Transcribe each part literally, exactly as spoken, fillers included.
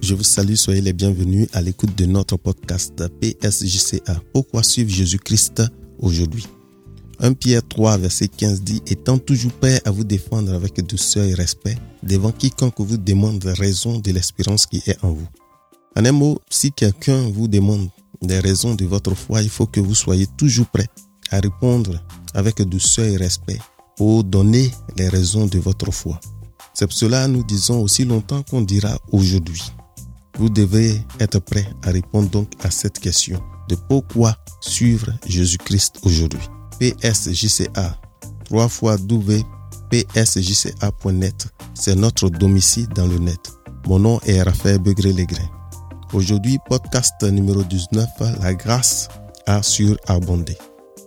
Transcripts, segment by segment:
je vous salue, soyez les bienvenus à l'écoute de notre podcast P S J C A. Pourquoi suivre Jésus-Christ aujourd'hui? premier Pierre trois, verset quinze dit « Étant toujours prêt à vous défendre avec douceur et respect devant quiconque vous demande raison de l'espérance qui est en vous. » En un mot, si quelqu'un vous demande des raisons de votre foi, il faut que vous soyez toujours prêt à répondre avec douceur et respect pour donner les raisons de votre foi. C'est pour cela que nous disons aussi longtemps qu'on dira aujourd'hui. Vous devez être prêt à répondre donc à cette question de pourquoi suivre Jésus-Christ aujourd'hui. P S J C A, trois fois w p s j c a point net, c'est notre domicile dans le net. Mon nom est Raphaël Begré-Legrin. Aujourd'hui, podcast numéro dix-neuf, la grâce a surabondé.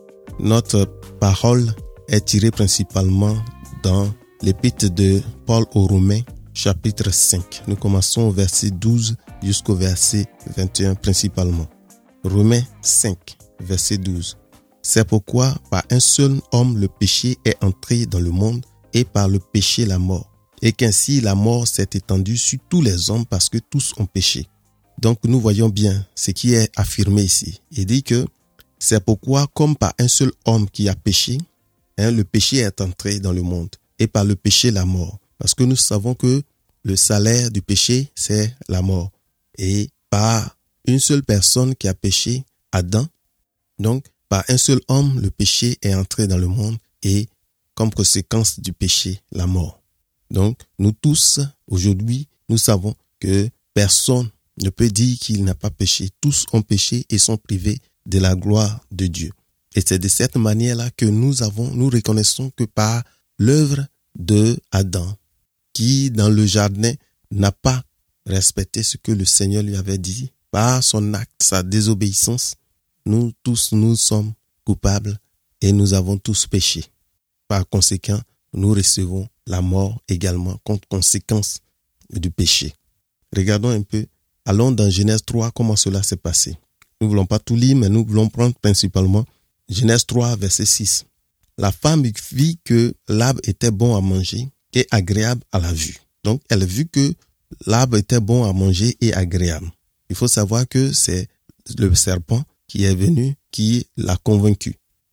Notre parole est tirée principalement dans l'épître de Paul aux Romains, chapitre cinq. Nous commençons au verset douze jusqu'au verset vingt et un principalement. Romains cinq, verset douze. C'est pourquoi par un seul homme le péché est entré dans le monde et par le péché la mort. Et qu'ainsi la mort s'est étendue sur tous les hommes parce que tous ont péché. Donc nous voyons bien ce qui est affirmé ici. Il dit que c'est pourquoi comme par un seul homme qui a péché, hein, le péché est entré dans le monde et par le péché la mort. Parce que nous savons que le salaire du péché c'est la mort. Et par une seule personne qui a péché, Adam, donc par un seul homme, le péché est entré dans le monde et comme conséquence du péché, la mort. Donc, nous tous, aujourd'hui, nous savons que personne ne peut dire qu'il n'a pas péché. Tous ont péché et sont privés de la gloire de Dieu. Et c'est de cette manière-là que nous avons, nous reconnaissons que par l'œuvre de Adam, qui dans le jardin n'a pas respecté ce que le Seigneur lui avait dit, par son acte, sa désobéissance, nous tous, nous sommes coupables et nous avons tous péché. Par conséquent, nous recevons la mort également comme conséquence du péché. Regardons un peu, allons dans Genèse trois, comment cela s'est passé. Nous ne voulons pas tout lire, mais nous voulons prendre principalement Genèse trois, verset six. La femme vit que l'arbre était bon à manger et agréable à la vue. Donc, elle vit que l'arbre était bon à manger et agréable. Il faut savoir que c'est le serpent qui est venu, qui l'a convaincu.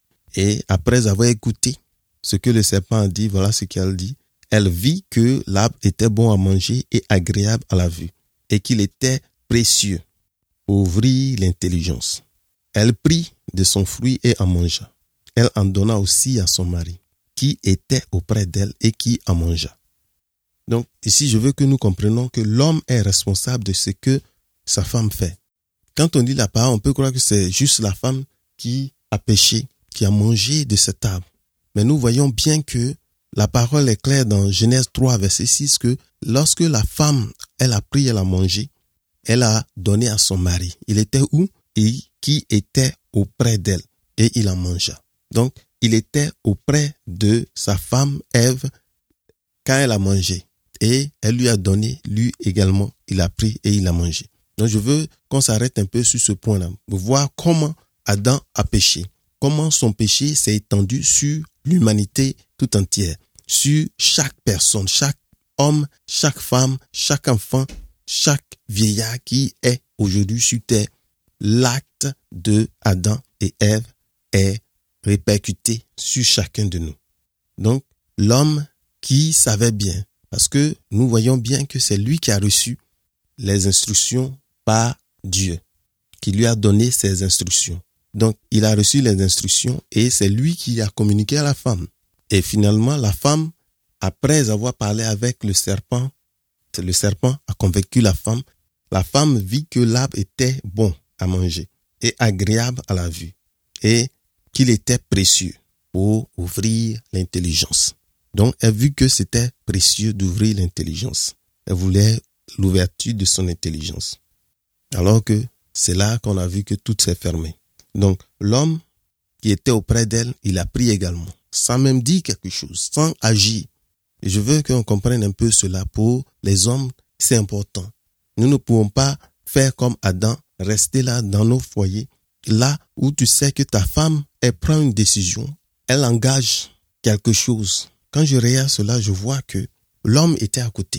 Et après avoir écouté ce que le serpent a dit, voilà ce qu'elle dit. Elle vit que l'arbre était bon à manger et agréable à la vue, et qu'il était précieux pour ouvrir l'intelligence. Elle prit de son fruit et en mangea. Elle en donna aussi à son mari, qui était auprès d'elle et qui en mangea. Donc ici, je veux que nous comprenions que l'homme est responsable de ce que sa femme fait. Quand on dit la parole, on peut croire que c'est juste la femme qui a péché, qui a mangé de cet arbre. Mais nous voyons bien que la parole est claire dans Genèse trois, verset six, que lorsque la femme, elle a pris, elle a mangé, elle a donné à son mari. Il était où? Et qui était auprès d'elle. Et il en mangea. Donc, il était auprès de sa femme, Ève, quand elle a mangé. Et elle lui a donné, lui également, il a pris et il a mangé. Donc, je veux qu'on s'arrête un peu sur ce point-là, pour voir comment Adam a péché, comment son péché s'est étendu sur l'humanité tout entière, sur chaque personne, chaque homme, chaque femme, chaque enfant, chaque vieillard qui est aujourd'hui sur terre. L'acte de Adam et Ève est répercuté sur chacun de nous. Donc, l'homme qui savait bien, parce que nous voyons bien que c'est lui qui a reçu les instructions par Dieu, qui lui a donné ses instructions. Donc, il a reçu les instructions et c'est lui qui a communiqué à la femme. Et finalement, la femme, après avoir parlé avec le serpent, le serpent a convaincu la femme. La femme vit que l'arbre était bon à manger et agréable à la vue et qu'il était précieux pour ouvrir l'intelligence. Donc, elle vit que c'était précieux d'ouvrir l'intelligence. Elle voulait l'ouverture de son intelligence. Alors que c'est là qu'on a vu que tout s'est fermé. Donc, l'homme qui était auprès d'elle, il a pris également, sans même dire quelque chose, sans agir. Et je veux qu'on comprenne un peu cela. Pour les hommes, c'est important. Nous ne pouvons pas faire comme Adam, rester là dans nos foyers, là où tu sais que ta femme, elle prend une décision, elle engage quelque chose. Quand je regarde cela, je vois que l'homme était à côté.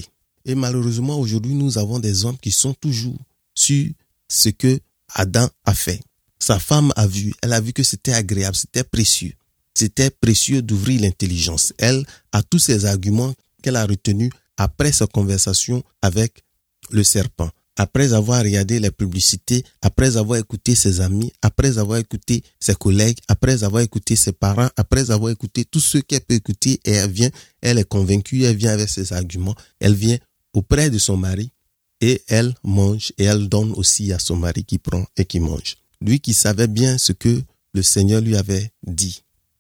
Et malheureusement, aujourd'hui, nous avons des hommes qui sont toujours sur ce que Adam a fait. Sa femme a vu, elle a vu que c'était agréable, c'était précieux. C'était précieux d'ouvrir l'intelligence. Elle a tous ces arguments qu'elle a retenus après sa conversation avec le serpent. Après avoir regardé les publicités, après avoir écouté ses amis, après avoir écouté ses collègues, après avoir écouté ses parents, après avoir écouté tout ce qu'elle peut écouter, et elle vient, elle est convaincue, elle vient avec ses arguments, elle vient auprès de son mari et elle mange et elle donne aussi à son mari qui prend et qui mange. Lui qui savait bien ce que le Seigneur lui avait dit.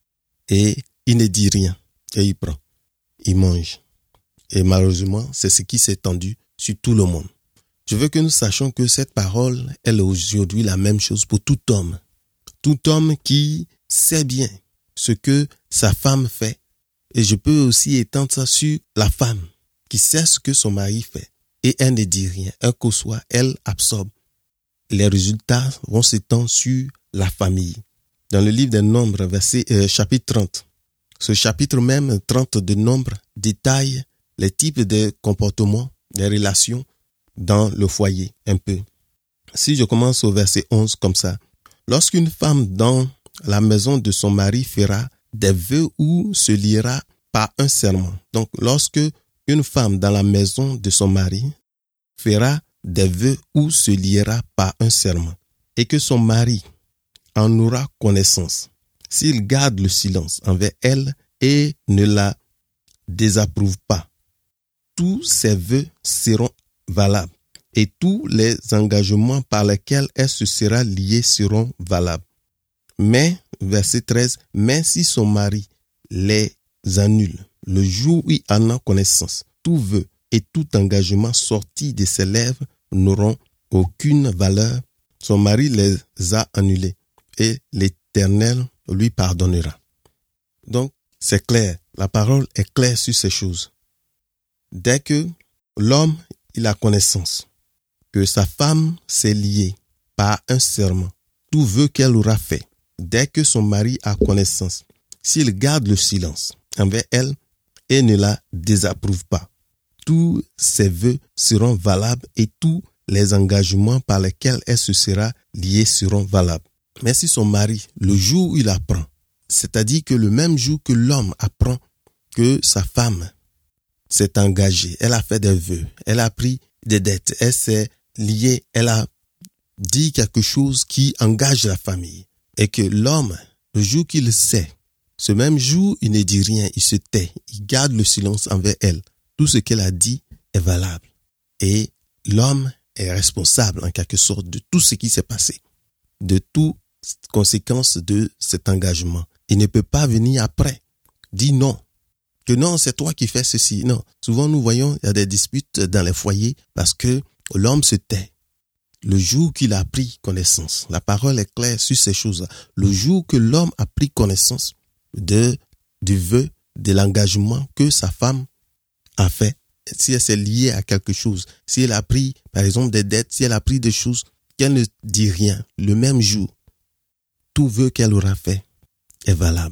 Et il ne dit rien et il prend, il mange. Et malheureusement, c'est ce qui s'est étendu sur tout le monde. Je veux que nous sachions que cette parole, elle est aujourd'hui la même chose pour tout homme. Tout homme qui sait bien ce que sa femme fait. Et je peux aussi étendre ça sur la femme qui sait ce que son mari fait. Et elle ne dit rien. Un qu'au soit, elle absorbe. Les résultats vont s'étendre sur la famille. Dans le livre des Nombres, verset, euh, chapitre trente, ce chapitre même trente de Nombres détaille les types de comportements, des relations dans le foyer, un peu. Si je commence au verset onze comme ça. Lorsqu'une femme dans la maison de son mari fera des vœux ou se liera par un serment. Donc, lorsque une femme dans la maison de son mari fera des vœux ou se liera par un serment et que son mari en aura connaissance, s'il garde le silence envers elle et ne la désapprouve pas, tous ses vœux seront valables et tous les engagements par lesquels elle se sera liée seront valables. Mais, verset treize, mais si son mari les annule, le jour où il en a connaissance, tout vœu et tout engagement sorti de ses lèvres n'auront aucune valeur. Son mari les a annulés et l'Éternel lui pardonnera. Donc, c'est clair. La parole est claire sur ces choses. Dès que l'homme il a connaissance que sa femme s'est liée par un serment, tout vœu qu'elle aura fait, dès que son mari a connaissance, s'il garde le silence envers elle et ne la désapprouve pas, tous ses vœux seront valables et tous les engagements par lesquels elle se sera liée seront valables. Mais si son mari, le jour où il apprend, c'est-à-dire que le même jour que l'homme apprend que sa femme s'est engagée, elle a fait des vœux, elle a pris des dettes, elle s'est liée, elle a dit quelque chose qui engage la famille. Et que l'homme, le jour qu'il sait, ce même jour, il ne dit rien, il se tait, il garde le silence envers elle. Tout ce qu'elle a dit est valable. Et l'homme est responsable en quelque sorte de tout ce qui s'est passé, de toutes conséquences de cet engagement. Il ne peut pas venir après, dire non. Que non, c'est toi qui fais ceci. Non. Souvent, nous voyons, il y a des disputes dans les foyers parce que l'homme se tait. Le jour qu'il a pris connaissance, la parole est claire sur ces choses-là. Le jour que l'homme a pris connaissance de, du vœu, de l'engagement que sa femme a fait, si elle s'est liée à quelque chose, si elle a pris, par exemple, des dettes, si elle a pris des choses, qu'elle ne dit rien, le même jour, tout vœu qu'elle aura fait est valable.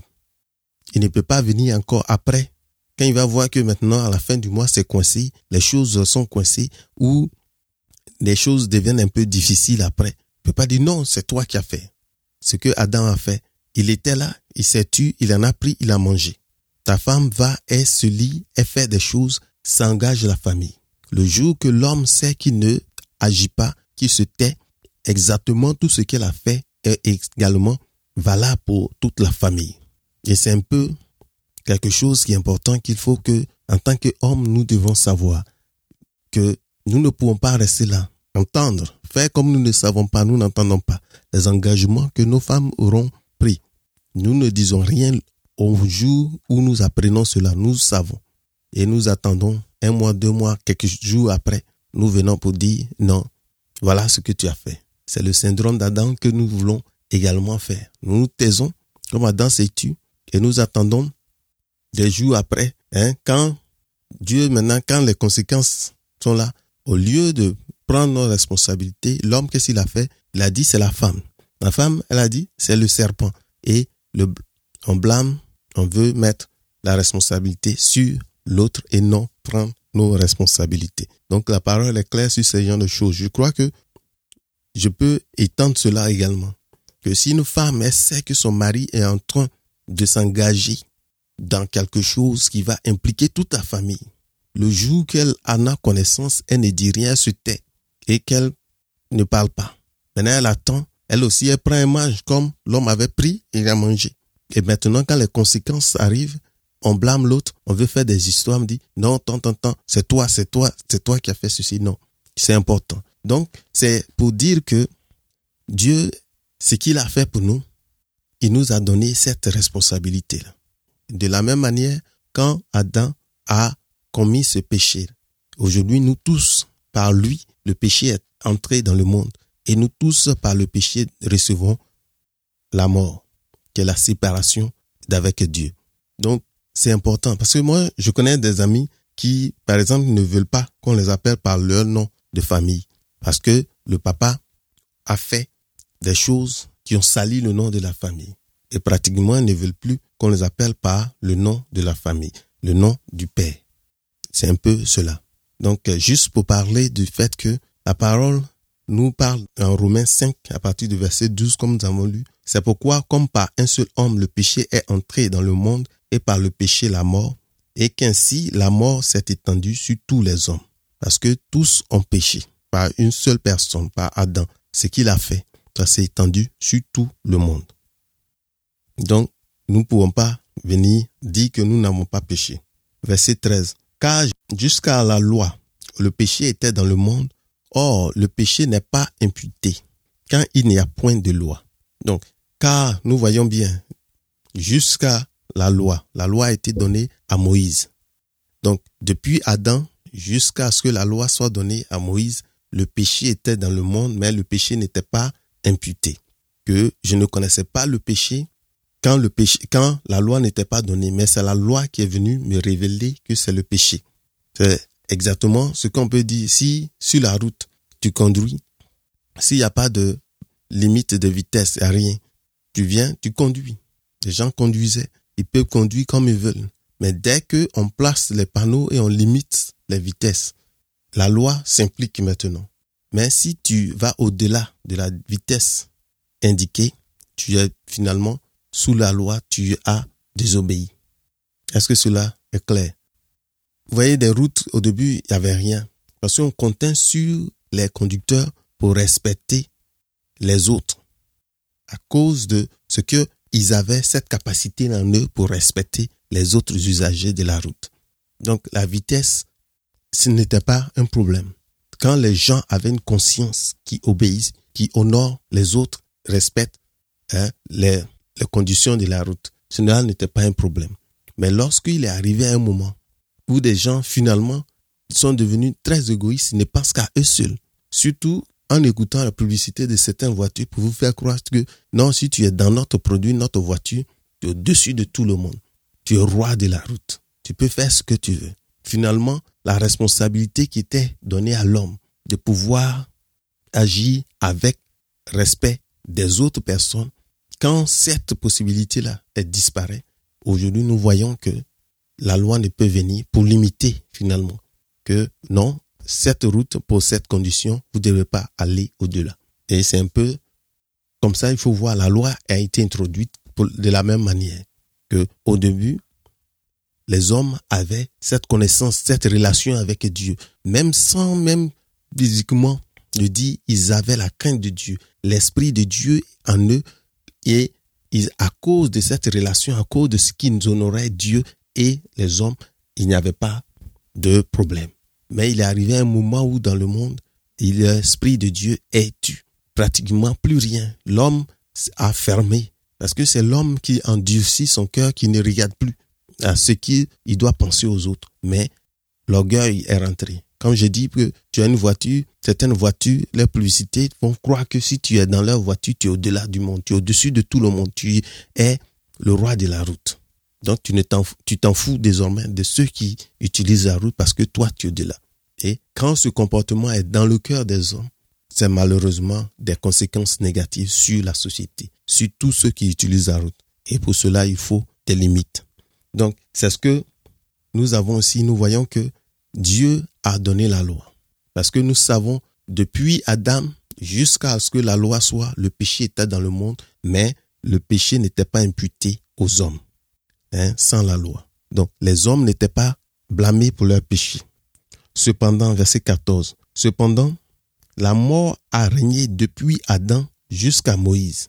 Il ne peut pas venir encore après. Quand il va voir que maintenant, à la fin du mois, c'est coincé, les choses sont coincées ou les choses deviennent un peu difficiles après. Il ne peut pas dire non, c'est toi qui as fait. Ce que Adam a fait, il était là, il s'est tué, il en a pris, il a mangé. Ta femme va, elle se lie, elle fait des choses, ça engage la famille. Le jour que l'homme sait qu'il ne agit pas, qu'il se tait, exactement tout ce qu'elle a fait est également valable pour toute la famille. Et c'est un peu quelque chose qui est important qu'il faut que, en tant qu'homme, nous devons savoir que nous ne pouvons pas rester là, entendre, faire comme nous ne savons pas, nous n'entendons pas les engagements que nos femmes auront pris. Nous ne disons rien au jour où nous apprenons cela, nous savons. Et nous attendons un mois, deux mois, quelques jours après, nous venons pour dire non, voilà ce que tu as fait. C'est le syndrome d'Adam que nous voulons également faire. Nous nous taisons comme Adam s'est tué et nous attendons des jours après, hein, quand Dieu, maintenant, quand les conséquences sont là, au lieu de prendre nos responsabilités, l'homme, qu'est-ce qu'il a fait? Il a dit, c'est la femme. La femme, elle a dit, c'est le serpent. Et le, on blâme, on veut mettre la responsabilité sur l'autre et non prendre nos responsabilités. Donc la parole est claire sur ce genre de choses. Je crois que je peux étendre cela également. Que si une femme, elle sait que son mari est en train de s'engager dans quelque chose qui va impliquer toute la famille, le jour qu'elle en a connaissance, elle ne dit rien, elle se tait et qu'elle ne parle pas. Maintenant, elle attend. Elle aussi, elle prend un mange comme l'homme avait pris et il a mangé. Et maintenant, quand les conséquences arrivent, on blâme l'autre, on veut faire des histoires, on dit non, tant, tant, tant, c'est toi, c'est toi, c'est toi qui as fait ceci. Non, c'est important. Donc, c'est pour dire que Dieu, ce qu'il a fait pour nous, il nous a donné cette responsabilité-là. De la même manière, quand Adam a commis ce péché, aujourd'hui, nous tous, par lui, le péché est entré dans le monde. Et nous tous, par le péché, recevons la mort, qui est la séparation d'avec Dieu. Donc, c'est important. Parce que moi, je connais des amis qui, par exemple, ne veulent pas qu'on les appelle par leur nom de famille. Parce que le papa a fait des choses qui ont sali le nom de la famille. Et pratiquement, ils ne veulent plus qu'on les appelle par le nom de la famille, le nom du père. C'est un peu cela. Donc, juste pour parler du fait que la parole nous parle en Romains cinq, à partir du verset douze, comme nous avons lu. C'est pourquoi, comme par un seul homme, le péché est entré dans le monde et par le péché la mort, et qu'ainsi la mort s'est étendue sur tous les hommes. Parce que tous ont péché par une seule personne, par Adam. Ce qu'il a fait, ça s'est étendu sur tout le monde. Donc, nous ne pouvons pas venir dire que nous n'avons pas péché. Verset treize. Car jusqu'à la loi, le péché était dans le monde. Or, le péché n'est pas imputé quand il n'y a point de loi. Donc, car nous voyons bien, jusqu'à la loi, la loi a été donnée à Moïse. Donc, depuis Adam, jusqu'à ce que la loi soit donnée à Moïse, le péché était dans le monde, mais le péché n'était pas imputé. Que je ne connaissais pas le péché quand le péché, quand la loi n'était pas donnée, mais c'est la loi qui est venue me révéler que c'est le péché. C'est exactement ce qu'on peut dire. Si sur la route, tu conduis, s'il n'y a pas de limite de vitesse, il n'y a rien, tu viens, tu conduis. Les gens conduisaient, ils peuvent conduire comme ils veulent. Mais dès qu'on place les panneaux et on limite les vitesses, la loi s'implique maintenant. Mais si tu vas au-delà de la vitesse indiquée, tu es finalement sous la loi, tu as désobéi. Est-ce que cela est clair? Vous voyez, des routes, au début, il n'y avait rien. Parce qu'on comptait sur les conducteurs pour respecter les autres. À cause de ce qu'ils avaient cette capacité en eux pour respecter les autres usagers de la route. Donc, la vitesse, ce n'était pas un problème. Quand les gens avaient une conscience qui obéissent, qui honore les autres, respectent hein, les, les conditions de la route, cela n'était pas un problème. Mais lorsqu'il est arrivé à un moment où des gens, finalement, sont devenus très égoïstes, ils ne pensent qu'à eux seuls. Surtout en écoutant la publicité de certaines voitures pour vous faire croire que non, si tu es dans notre produit, notre voiture, tu es au-dessus de tout le monde. Tu es roi de la route. Tu peux faire ce que tu veux. Finalement, la responsabilité qui était donnée à l'homme de pouvoir agir avec respect des autres personnes, quand cette possibilité-là elle disparaît, aujourd'hui nous voyons que la loi ne peut venir pour limiter finalement que non, cette route pour cette condition, vous ne devez pas aller au-delà. Et c'est un peu comme ça, il faut voir, la loi a été introduite pour, de la même manière que au début, les hommes avaient cette connaissance, cette relation avec Dieu, même sans même physiquement le dire, ils avaient la crainte de Dieu, l'esprit de Dieu en eux, et ils, à cause de cette relation, à cause de ce qui nous honorait Dieu et les hommes, il n'y avait pas de problème. Mais il est arrivé un moment où dans le monde, l'esprit de Dieu est tu. Pratiquement plus rien. L'homme a fermé. Parce que c'est l'homme qui endurcit son cœur, qui ne regarde plus à ce qu'il doit penser aux autres. Mais l'orgueil est rentré. Quand je dis que tu as une voiture, certaines voitures, les publicités font croire que si tu es dans leur voiture, tu es au-delà du monde, tu es au-dessus de tout le monde, tu es le roi de la route. Donc tu ne t'en, tu t'en fous désormais de ceux qui utilisent la route parce que toi tu es au-delà. Et quand ce comportement est dans le cœur des hommes, c'est malheureusement des conséquences négatives sur la société, sur tous ceux qui utilisent la route. Et pour cela, il faut des limites. Donc, c'est ce que nous avons aussi, nous voyons que Dieu a donné la loi. Parce que nous savons, depuis Adam jusqu'à ce que la loi soit, le péché était dans le monde, mais le péché n'était pas imputé aux hommes, hein, sans la loi. Donc, les hommes n'étaient pas blâmés pour leur péché. Cependant, verset quatorze, cependant, la mort a régné depuis Adam jusqu'à Moïse,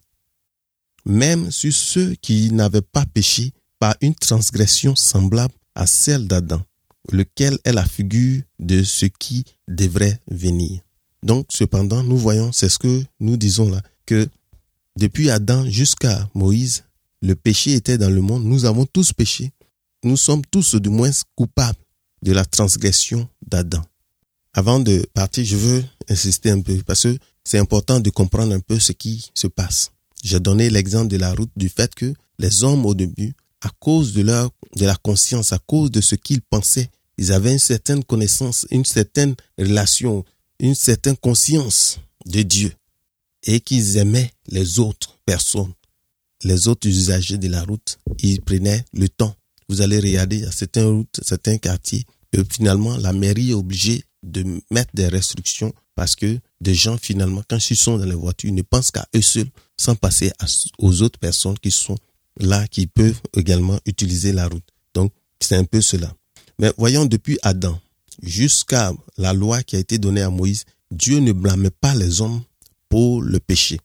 même sur ceux qui n'avaient pas péché par une transgression semblable à celle d'Adam, lequel est la figure de ce qui devrait venir. Donc, cependant, nous voyons, c'est ce que nous disons là, que depuis Adam jusqu'à Moïse, le péché était dans le monde. Nous avons tous péché. Nous sommes tous du moins coupables de la transgression d'Adam. Avant de partir, je veux insister un peu parce que c'est important de comprendre un peu ce qui se passe. J'ai donné l'exemple de la route du fait que les hommes au début, à cause de leur, de la conscience, à cause de ce qu'ils pensaient, ils avaient une certaine connaissance, une certaine relation, une certaine conscience de Dieu et qu'ils aimaient les autres personnes, les autres usagers de la route. Ils prenaient le temps. Vous allez regarder à certaines routes, certains quartiers, que finalement la mairie est obligée de mettre des restrictions parce que des gens finalement, quand ils sont dans les voitures, ne pensent qu'à eux seuls sans passer aux autres personnes qui sont là, qui peuvent également utiliser la route. Donc, c'est un peu cela. Mais voyons, depuis Adam jusqu'à la loi qui a été donnée à Moïse, Dieu ne blâmait pas les hommes pour le péché.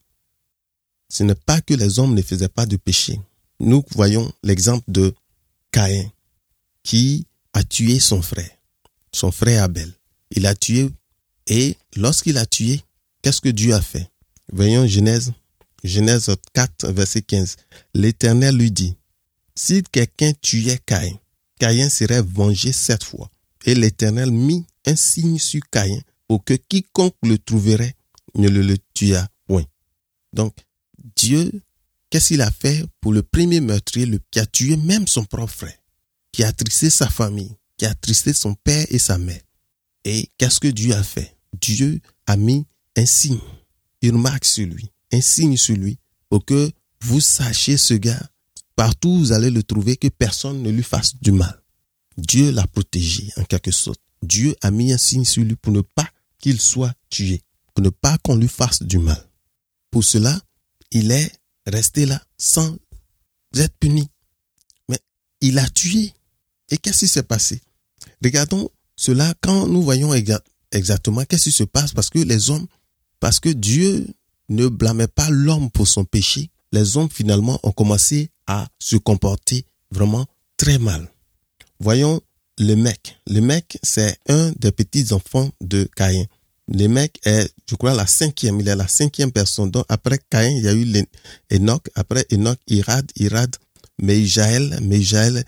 Ce n'est pas que les hommes ne faisaient pas de péché. Nous voyons l'exemple de Caïn qui a tué son frère, son frère Abel. Il a tué et lorsqu'il a tué, qu'est-ce que Dieu a fait? Voyons Genèse, Genèse quatre, verset quinze. L'Éternel lui dit, si quelqu'un tuait Caïn, Caïn serait vengé sept fois. Et l'Éternel mit un signe sur Caïn pour que quiconque le trouverait ne le, le tuât point. Donc, Dieu, qu'est-ce qu'il a fait pour le premier meurtrier le, qui a tué même son propre frère, qui a attristé sa famille, qui a attristé son père et sa mère? Et qu'est-ce que Dieu a fait? Dieu a mis un signe, une marque sur lui, un signe sur lui, pour que vous sachiez ce gars, partout où vous allez le trouver, que personne ne lui fasse du mal. Dieu l'a protégé en quelque sorte. Dieu a mis un signe sur lui pour ne pas qu'il soit tué, pour ne pas qu'on lui fasse du mal. Pour cela, il est resté là sans être puni. Mais il a tué. Et qu'est-ce qui s'est passé? Regardons cela quand nous voyons exactement qu'est-ce qui se passe, parce que les hommes, parce que Dieu ne blâmait pas l'homme pour son péché, les hommes finalement ont commencé à se comporter vraiment très mal. Voyons le mec. Le mec, c'est un des petits enfants de Caïn. Le mec est, je crois, la cinquième. Il est la cinquième personne. Donc, après Caïn, il y a eu Enoch. Après Enoch, Irad, Irad, Mejaël, Mejaël,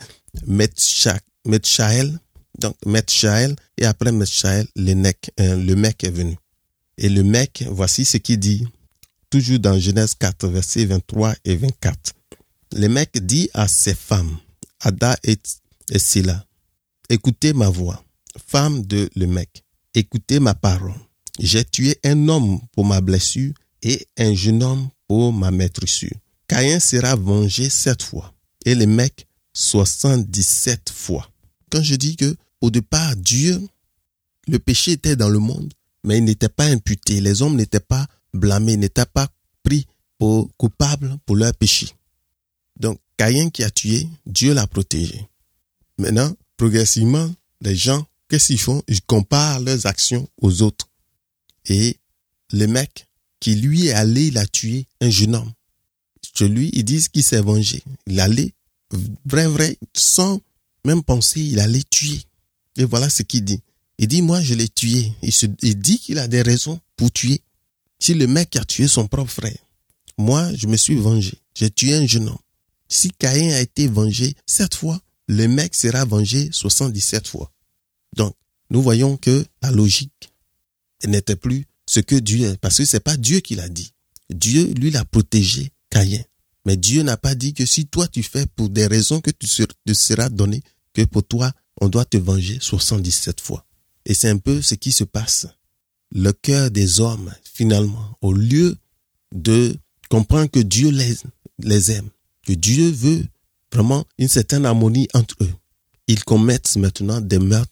Metshaël. Donc, Metshaël. Et après Metshaël, le mec, euh, le mec est venu. Et le mec, voici ce qu'il dit. Toujours dans Genèse quatre, versets vingt-trois et vingt-quatre. Le mec dit à ses femmes, Ada et, et Sila, écoutez ma voix, femme de le mec, écoutez ma parole. J'ai tué un homme pour ma blessure et un jeune homme pour ma maîtressure. Caïn sera vengé sept fois et le mec soixante-dix-sept fois. Quand je dis que au départ, Dieu, le péché était dans le monde, mais il n'était pas imputé. Les hommes n'étaient pas blâmés, n'étaient pas pris pour coupables pour leur péché. Donc, Caïn qui a tué, Dieu l'a protégé. Maintenant, progressivement, les gens, qu'est-ce qu'ils font? Ils comparent leurs actions aux autres. Et le mec qui lui est allé, il a tué un jeune homme. Chez lui, ils disent qu'il s'est vengé. Il allait, vrai, vrai, sans même penser, il allait tuer. Et voilà ce qu'il dit. Il dit, moi, je l'ai tué. Il, se, il dit qu'il a des raisons pour tuer. Si le mec a tué son propre frère, moi, je me suis vengé. J'ai tué un jeune homme. Si Caïn a été vengé sept fois, le mec sera vengé soixante-dix-sept fois. Donc, nous voyons que la logique n'était plus ce que Dieu est. Parce que c'est pas Dieu qui l'a dit. Dieu, lui, l'a protégé, Caïn. Mais Dieu n'a pas dit que si toi tu fais pour des raisons que tu te seras donné, que pour toi, on doit te venger soixante-dix-sept fois. Et c'est un peu ce qui se passe. Le cœur des hommes, finalement, au lieu de comprendre que Dieu les, les aime, que Dieu veut vraiment une certaine harmonie entre eux, ils commettent maintenant des meurtres,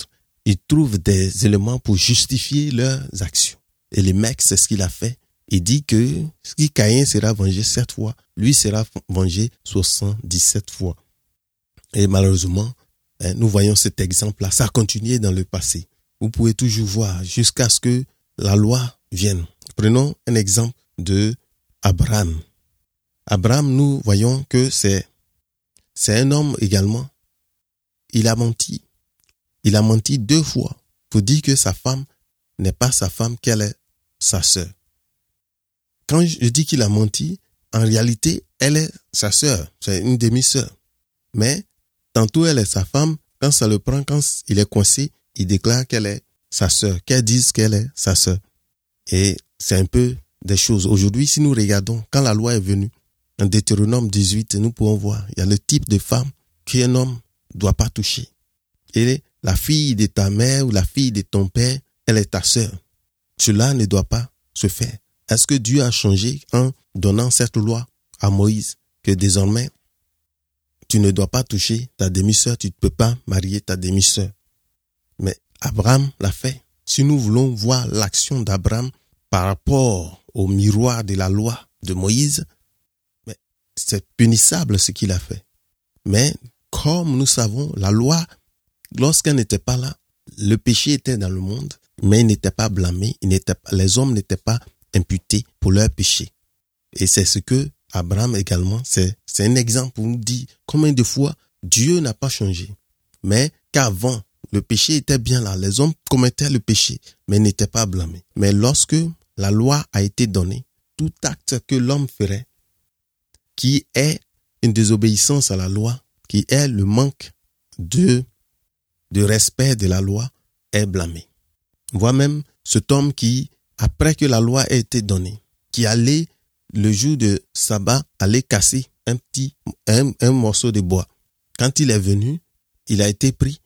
ils trouvent des éléments pour justifier leurs actions. Et le mec, c'est ce qu'il a fait. Il dit que si Caïn sera vengé sept fois, lui sera vengé soixante-dix-sept fois. Et malheureusement, nous voyons cet exemple-là. Ça a continué dans le passé. Vous pouvez toujours voir jusqu'à ce que la loi vienne. Prenons un exemple de Abraham. Abraham, nous voyons que c'est, c'est un homme également. Il a menti. Il a menti deux fois pour dire que sa femme n'est pas sa femme, qu'elle est sa sœur. Quand je dis qu'il a menti, en réalité, elle est sa sœur. C'est une demi-sœur. Mais tantôt, elle est sa femme. Quand ça le prend, quand il est coincé, il déclare qu'elle est sa sœur, qu'elle dise qu'elle est sa sœur. Et c'est un peu des choses. Aujourd'hui, si nous regardons, quand la loi est venue, en Deutéronome dix-huit, nous pouvons voir, il y a le type de femme qu'un homme ne doit pas toucher. Et la fille de ta mère ou la fille de ton père, elle est ta sœur. Cela ne doit pas se faire. Est-ce que Dieu a changé en donnant cette loi à Moïse, que désormais, tu ne dois pas toucher ta demi-sœur, tu ne peux pas marier ta demi-sœur? Mais Abraham l'a fait. Si nous voulons voir l'action d'Abraham par rapport au miroir de la loi de Moïse, mais c'est punissable ce qu'il a fait. Mais comme nous savons, la loi, lorsqu'elle n'était pas là, le péché était dans le monde, mais il n'était pas blâmé, il n'était pas, les hommes n'étaient pas imputés pour leur péché. Et c'est ce que Abraham également, c'est, c'est un exemple pour nous dire combien de fois Dieu n'a pas changé. Mais qu'avant, le péché était bien là. Les hommes commettaient le péché, mais n'étaient pas blâmés. Mais lorsque la loi a été donnée, tout acte que l'homme ferait, qui est une désobéissance à la loi, qui est le manque de, de respect de la loi, est blâmé. Voire même cet homme qui, après que la loi ait été donnée, qui allait, le jour de sabbat, aller casser un petit, un, un morceau de bois. Quand il est venu, il a été pris.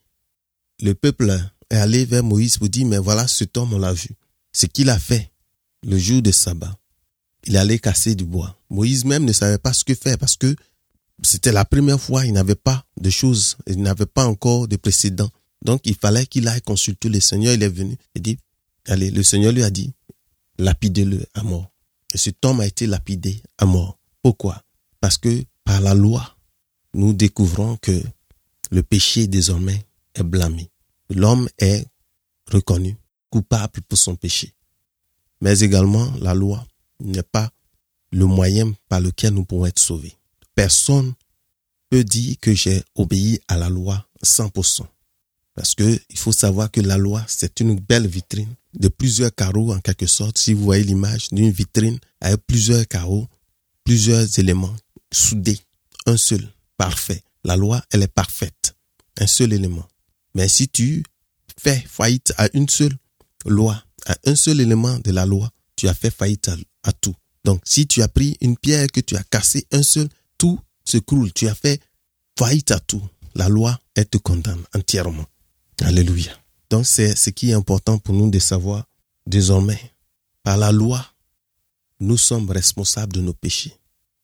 Le peuple est allé vers Moïse pour dire, mais voilà, cet homme, on l'a vu. Ce qu'il a fait le jour de sabbat, il allait casser du bois. Moïse même ne savait pas ce que faire parce que c'était la première fois, il n'avait pas de choses, il n'avait pas encore de précédent. Donc, il fallait qu'il aille consulter le Seigneur. Il est venu et dit, allez, le Seigneur lui a dit, lapidez-le à mort. Et cet homme a été lapidé à mort. Pourquoi? Parce que par la loi, nous découvrons que le péché désormais est blâmé. L'homme est reconnu coupable pour son péché. Mais également, la loi n'est pas le moyen par lequel nous pouvons être sauvés. Personne peut dire que j'ai obéi à la loi cent pour cent. Parce que il faut savoir que la loi, c'est une belle vitrine de plusieurs carreaux en quelque sorte. Si vous voyez l'image d'une vitrine avec plusieurs carreaux, plusieurs éléments soudés, un seul, parfait. La loi, elle est parfaite, un seul élément. Mais si tu fais faillite à une seule loi, à un seul élément de la loi, tu as fait faillite à, à tout. Donc, si tu as pris une pierre que tu as cassé un seul, tout se croule. Tu as fait faillite à tout. La loi, elle te condamne entièrement. Alléluia. Donc, c'est ce qui est important pour nous de savoir désormais. Par la loi, nous sommes responsables de nos péchés.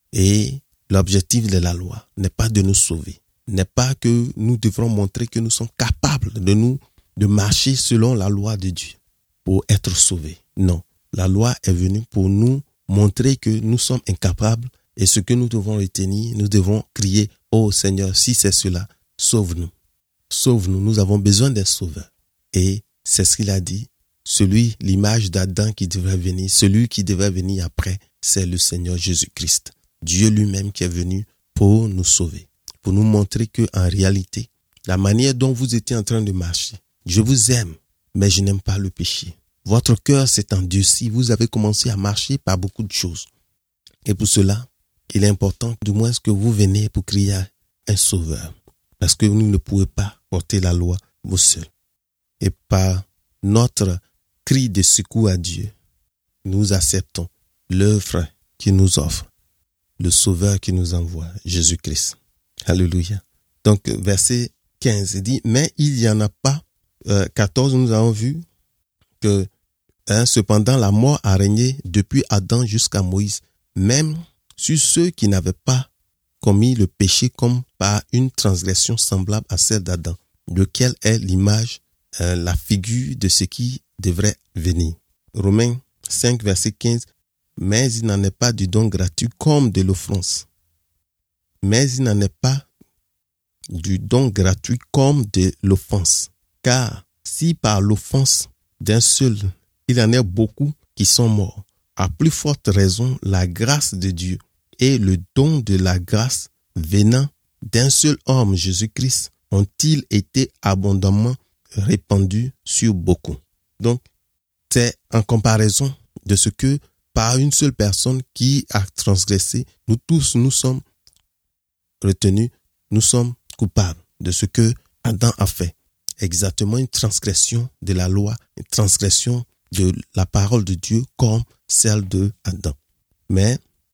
Et l'objectif de la loi n'est pas de nous sauver. N'est pas que nous devrons montrer que nous sommes capables de nous, de marcher selon la loi de Dieu pour être sauvés. Non. La loi est venue pour nous montrer que nous sommes incapables et ce que nous devons retenir, nous devons crier, oh Seigneur, si c'est cela, sauve-nous. Sauve-nous, nous avons besoin d'un sauveur. Et c'est ce qu'il a dit. Celui, l'image d'Adam qui devrait venir, celui qui devait venir après, c'est le Seigneur Jésus-Christ. Dieu lui-même qui est venu pour nous sauver, pour nous montrer que en réalité, la manière dont vous étiez en train de marcher, je vous aime, mais je n'aime pas le péché. Votre cœur s'est endurci, vous avez commencé à marcher par beaucoup de choses. Et pour cela, il est important du moins que vous venez pour crier à un sauveur. Parce que vous ne pouvez pas porter la loi vous seul. Et par notre cri de secours à Dieu, nous acceptons l'œuvre qu'il nous offre, le sauveur qui nous envoie, Jésus-Christ. Alléluia. Donc, verset quinze dit, mais il n'y en a pas, euh, quatorze, nous avons vu que, hein, cependant, la mort a régné depuis Adam jusqu'à Moïse, même sur ceux qui n'avaient pas commis le péché comme par une transgression semblable à celle d'Adam, lequel est l'image euh, la figure de ce qui devrait venir. Romains cinq, verset quinze. Mais il n'en est pas du don gratuit comme de l'offense. Mais il n'en est pas du don gratuit comme de l'offense. Car si par l'offense d'un seul, il y en a beaucoup qui sont morts, à plus forte raison, la grâce de Dieu et le don de la grâce venant d'un seul homme, Jésus-Christ, ont-ils été abondamment répandus sur beaucoup. Donc, c'est en comparaison de ce que par une seule personne qui a transgressé, nous tous, nous sommes retenus, nous sommes coupables de ce que Adam a fait. Exactement une transgression de la loi, une transgression de la parole de Dieu comme celle de Adam. Mais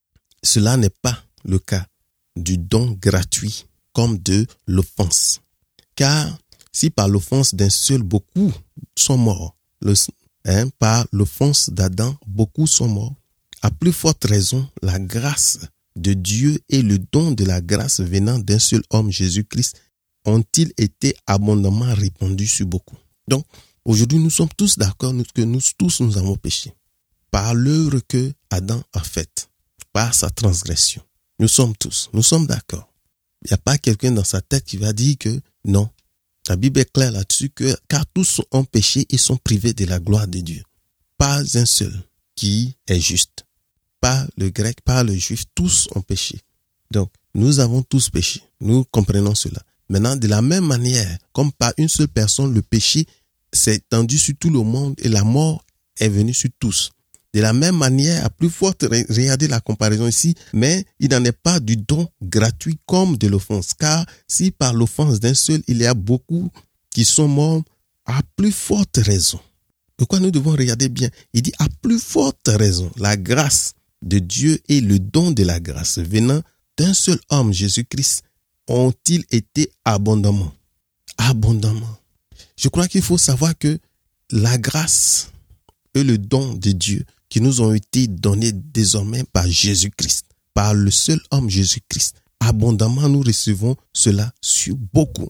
cela n'est pas le cas du don gratuit comme de l'offense. Car si par l'offense d'un seul beaucoup sont morts, le, hein, par l'offense d'Adam beaucoup sont morts, à plus forte raison, la grâce de Dieu et le don de la grâce venant d'un seul homme, Jésus-Christ, ont-ils été abondamment répandus sur beaucoup. Donc, aujourd'hui, nous sommes tous d'accord que nous tous nous avons péché. Par l'œuvre que Adam a faite, par sa transgression. Nous sommes tous, nous sommes d'accord. Il n'y a pas quelqu'un dans sa tête qui va dire que non. La Bible est claire là-dessus que car tous ont péché et sont privés de la gloire de Dieu. Pas un seul qui est juste. Pas le grec, pas le juif, tous ont péché. Donc, nous avons tous péché. Nous comprenons cela. Maintenant, de la même manière, comme par une seule personne, le péché s'est étendu sur tout le monde et la mort est venue sur tous. De la même manière, à plus forte, regardez la comparaison ici, mais il n'en est pas du don gratuit comme de l'offense. Car si par l'offense d'un seul, il y a beaucoup qui sont morts, à plus forte raison. Pourquoi nous devons regarder bien? Il dit à plus forte raison, la grâce de Dieu et le don de la grâce venant d'un seul homme, Jésus-Christ, ont-ils été abondamment. Abondamment. Je crois qu'il faut savoir que la grâce et le don de Dieu qui nous ont été donnés désormais par Jésus-Christ, par le seul homme Jésus-Christ, abondamment nous recevons cela sur beaucoup.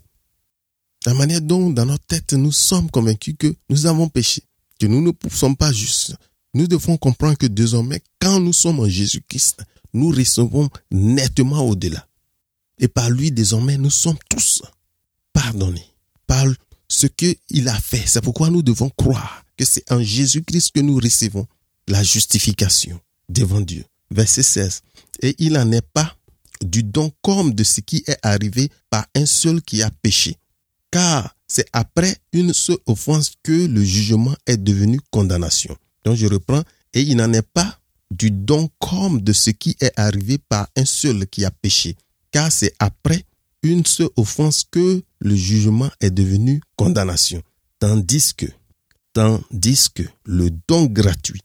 La manière dont dans notre tête nous sommes convaincus que nous avons péché, que nous ne sommes pas justes, nous devons comprendre que désormais, quand nous sommes en Jésus-Christ, nous recevons nettement au-delà. Et par lui, désormais, nous sommes tous pardonnés par ce qu'il a fait. C'est pourquoi nous devons croire que c'est en Jésus-Christ que nous recevons la justification devant Dieu. Verset seize. Et il n'en est pas du don comme de ce qui est arrivé par un seul qui a péché. Car c'est après une seule offense que le jugement est devenu condamnation. Donc je reprends. Et il n'en est pas du don comme de ce qui est arrivé par un seul qui a péché. Car c'est après une seule offense que le jugement est devenu condamnation. Tandis que, tandis que le don gratuit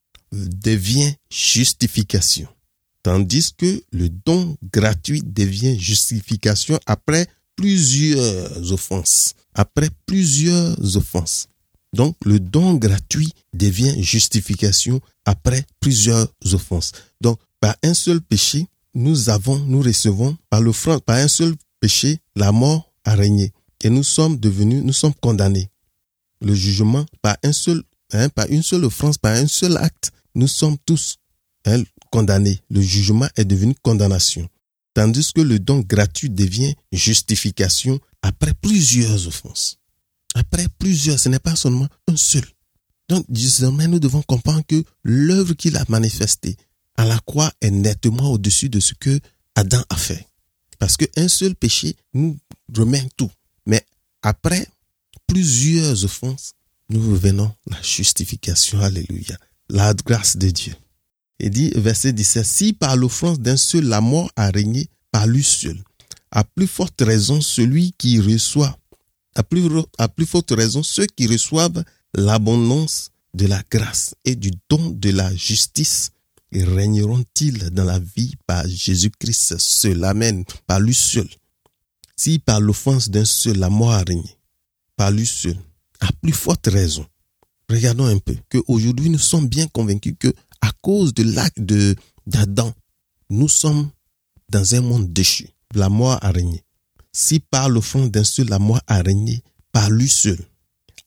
devient justification. Tandis que le don gratuit devient justification après plusieurs offenses. Après plusieurs offenses. Donc, le don gratuit devient justification après plusieurs offenses. Donc, par un seul péché, nous avons, nous recevons, par l'offrande, par un seul péché, la mort a régné. Et nous sommes devenus, nous sommes condamnés. Le jugement, par un seul, hein, par une seule offense, par un seul acte, nous sommes tous hein, condamnés. Le jugement est devenu condamnation. Tandis que le don gratuit devient justification après plusieurs offenses. Après plusieurs, ce n'est pas seulement un seul. Donc, désormais, nous devons comprendre que l'œuvre qu'il a manifestée à la croix est nettement au-dessus de ce que Adam a fait. Parce qu'un seul péché nous remet tout. Mais après plusieurs offenses, nous revenons à la justification. Alléluia. La grâce de Dieu. Il dit, verset dix-sept, si par l'offense d'un seul la mort a régné par lui seul, à plus forte raison celui qui reçoit, à plus, à plus forte raison ceux qui reçoivent l'abondance de la grâce et du don de la justice, régneront-ils dans la vie par Jésus-Christ seul. Amen. Par lui seul. Si par l'offense d'un seul la mort a régné, par lui seul, à plus forte raison. Regardons un peu qu'aujourd'hui nous sommes bien convaincus que à cause de l'acte de, d'Adam, nous sommes dans un monde déchu. La mort a régné. Si par l'offense d'un seul la mort a régné, par lui seul,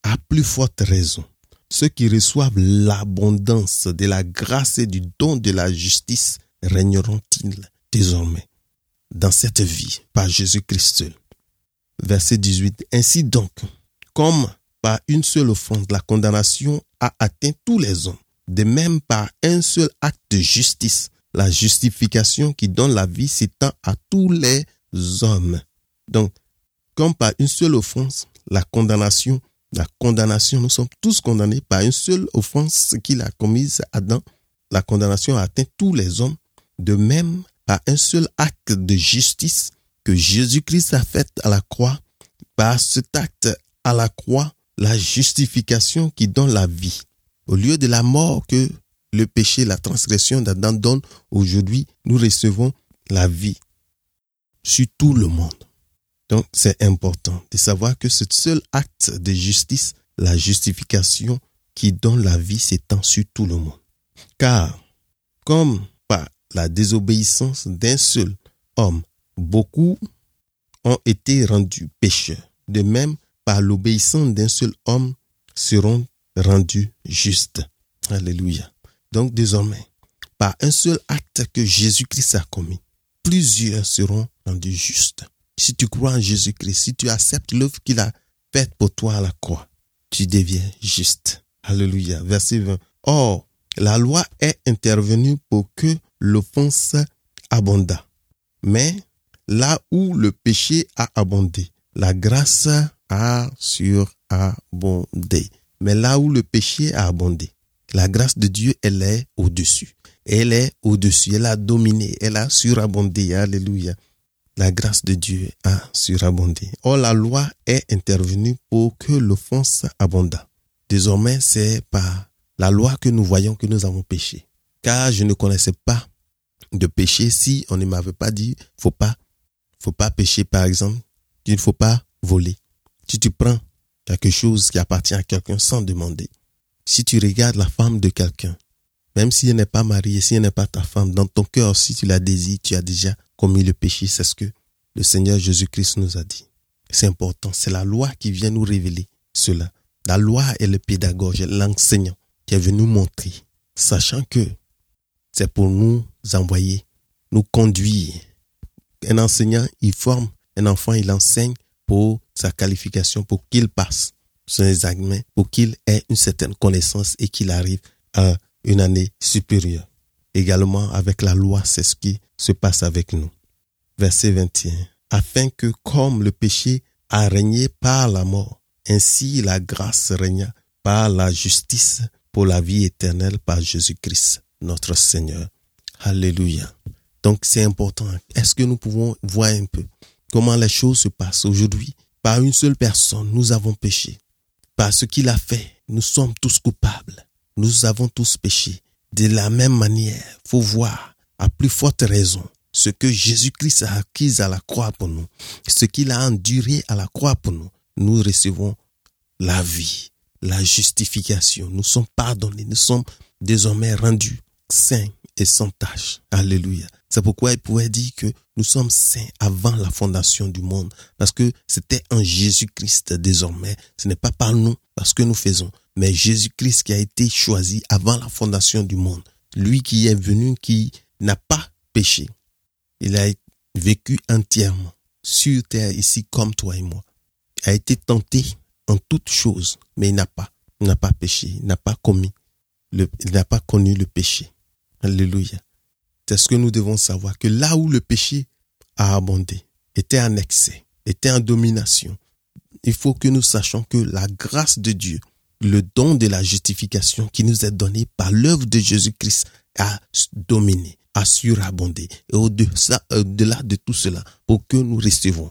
À plus forte raison, ceux qui reçoivent l'abondance de la grâce et du don de la justice régneront-ils désormais dans cette vie par Jésus-Christ seul. Verset dix-huit. Ainsi donc, comme par une seule offense, la condamnation a atteint tous les hommes, de même par un seul acte de justice, la justification qui donne la vie s'étend à tous les hommes. Donc, comme par une seule offense, la condamnation, la condamnation, nous sommes tous condamnés par une seule offense qu'il a commise Adam. La condamnation a atteint tous les hommes, de même par un seul acte de justice que Jésus-Christ a fait à la croix. Par cet acte à la croix, la justification qui donne la vie. Au lieu de la mort que le péché, la transgression d'Adam donne, aujourd'hui, nous recevons la vie sur tout le monde. Donc, c'est important de savoir que ce seul acte de justice, la justification qui donne la vie, s'étend sur tout le monde. Car, comme par la désobéissance d'un seul homme, beaucoup ont été rendus pécheurs. De même, par l'obéissance d'un seul homme, seront rendus justes. Alléluia. Donc, désormais, par un seul acte que Jésus-Christ a commis, plusieurs seront rendus justes. Si tu crois en Jésus-Christ, si tu acceptes l'œuvre qu'il a faite pour toi à la croix, tu deviens juste. Alléluia. Verset vingt. Or, la loi est intervenue pour que l'offense abondât. Mais là où le péché a abondé, la grâce a surabondé. Mais là où le péché a abondé, la grâce de Dieu, elle est au-dessus. Elle est au-dessus. Elle a dominé. Elle a surabondé. Alléluia. La grâce de Dieu a surabondé. Or, la loi est intervenue pour que l'offense abondât. Désormais, c'est par la loi que nous voyons que nous avons péché. Car je ne connaissais pas de péché si on ne m'avait pas dit, faut pas, faut pas pécher, par exemple. Il ne faut pas voler. Si tu prends quelque chose qui appartient à quelqu'un sans demander, si tu regardes la femme de quelqu'un, même si elle n'est pas mariée, si elle n'est pas ta femme, dans ton cœur, si tu la désires, tu as déjà commis le péché. C'est ce que le Seigneur Jésus-Christ nous a dit. C'est important. C'est la loi qui vient nous révéler cela. La loi est le pédagogue, l'enseignant qui est venu montrer, sachant que c'est pour nous envoyer, nous conduire. Un enseignant, il forme un enfant, il enseigne pour sa qualification, pour qu'il passe son examen, pour qu'il ait une certaine connaissance et qu'il arrive à une année supérieure. Également, avec la loi, c'est ce qui se passe avec nous. Verset vingt et un. Afin que, comme le péché a régné par la mort, ainsi la grâce régna par la justice pour la vie éternelle par Jésus-Christ, notre Seigneur. Alléluia. Donc, c'est important. Est-ce que nous pouvons voir un peu comment les choses se passent aujourd'hui? Par une seule personne, nous avons péché. Par ce qu'il a fait, nous sommes tous coupables. Nous avons tous péché. De la même manière, il faut voir, à plus forte raison, ce que Jésus-Christ a acquis à la croix pour nous, ce qu'il a enduré à la croix pour nous. Nous recevons la vie, la justification. Nous sommes pardonnés. Nous sommes désormais rendus saints et sans tache. Alléluia. C'est pourquoi il pouvait dire que nous sommes saints avant la fondation du monde. Parce que c'était en Jésus-Christ désormais. Ce n'est pas par nous, parce que nous faisons. Mais Jésus-Christ qui a été choisi avant la fondation du monde. Lui qui est venu, qui n'a pas péché. Il a vécu entièrement sur terre ici comme toi et moi. Il a été tenté en toutes choses, mais il n'a pas, il n'a pas péché, il n'a pas commis, le, il n'a pas connu le péché. Alléluia. C'est ce que nous devons savoir, que là où le péché a abondé, était en excès, était en domination, il faut que nous sachions que la grâce de Dieu, le don de la justification qui nous est donné par l'œuvre de Jésus-Christ a dominé, a surabondé. Et au-delà, au-delà de tout cela, pour que nous recevons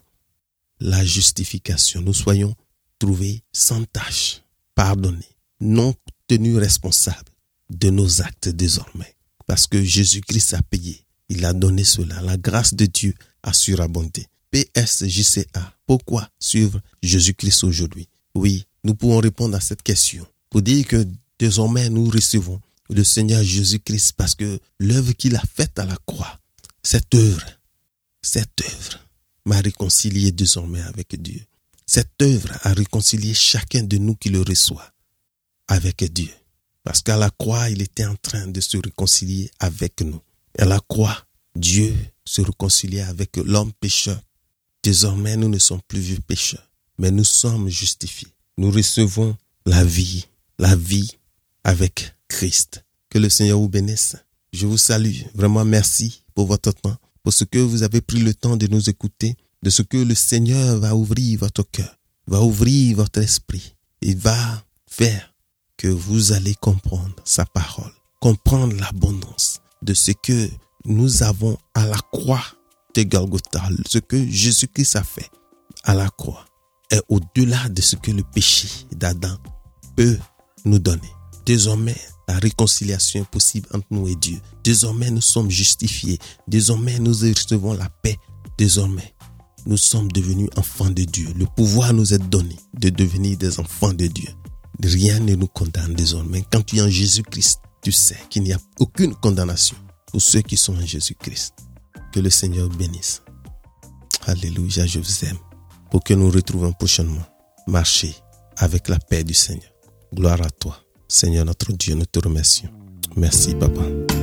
la justification, nous soyons trouvés sans tâche, pardonnés, non tenus responsables de nos actes désormais. Parce que Jésus-Christ a payé, il a donné cela. La grâce de Dieu a surabondé. P S J C A, pourquoi suivre Jésus-Christ aujourd'hui? Oui, nous pouvons répondre à cette question pour dire que désormais nous recevons le Seigneur Jésus-Christ parce que l'œuvre qu'il a faite à la croix, cette œuvre, cette œuvre m'a réconcilié désormais avec Dieu. Cette œuvre a réconcilié chacun de nous qui le reçoit avec Dieu. Parce qu'à la croix, il était en train de se réconcilier avec nous. À la croix, Dieu se réconciliait avec l'homme pécheur. Désormais, nous ne sommes plus vieux pécheurs, mais nous sommes justifiés. Nous recevons la vie, la vie avec Christ. Que le Seigneur vous bénisse. Je vous salue. Vraiment, merci pour votre temps, pour ce que vous avez pris le temps de nous écouter, de ce que le Seigneur va ouvrir votre cœur, va ouvrir votre esprit. Il va faire que vous allez comprendre sa parole, comprendre l'abondance de ce que nous avons à la croix de Golgotha, ce que Jésus-Christ a fait à la croix est au-delà de ce que le péché d'Adam peut nous donner. Désormais, la réconciliation est possible entre nous et Dieu. Désormais, nous sommes justifiés. Désormais, nous recevons la paix. Désormais, nous sommes devenus enfants de Dieu. Le pouvoir nous est donné de devenir des enfants de Dieu. Rien ne nous condamne désormais. Quand tu es en Jésus-Christ, tu sais qu'il n'y a aucune condamnation pour ceux qui sont en Jésus-Christ. Que le Seigneur bénisse. Alléluia, je vous aime. Pour que nous retrouvions prochainement, marcher avec la paix du Seigneur. Gloire à toi, Seigneur notre Dieu, nous te remercions. Merci, Papa.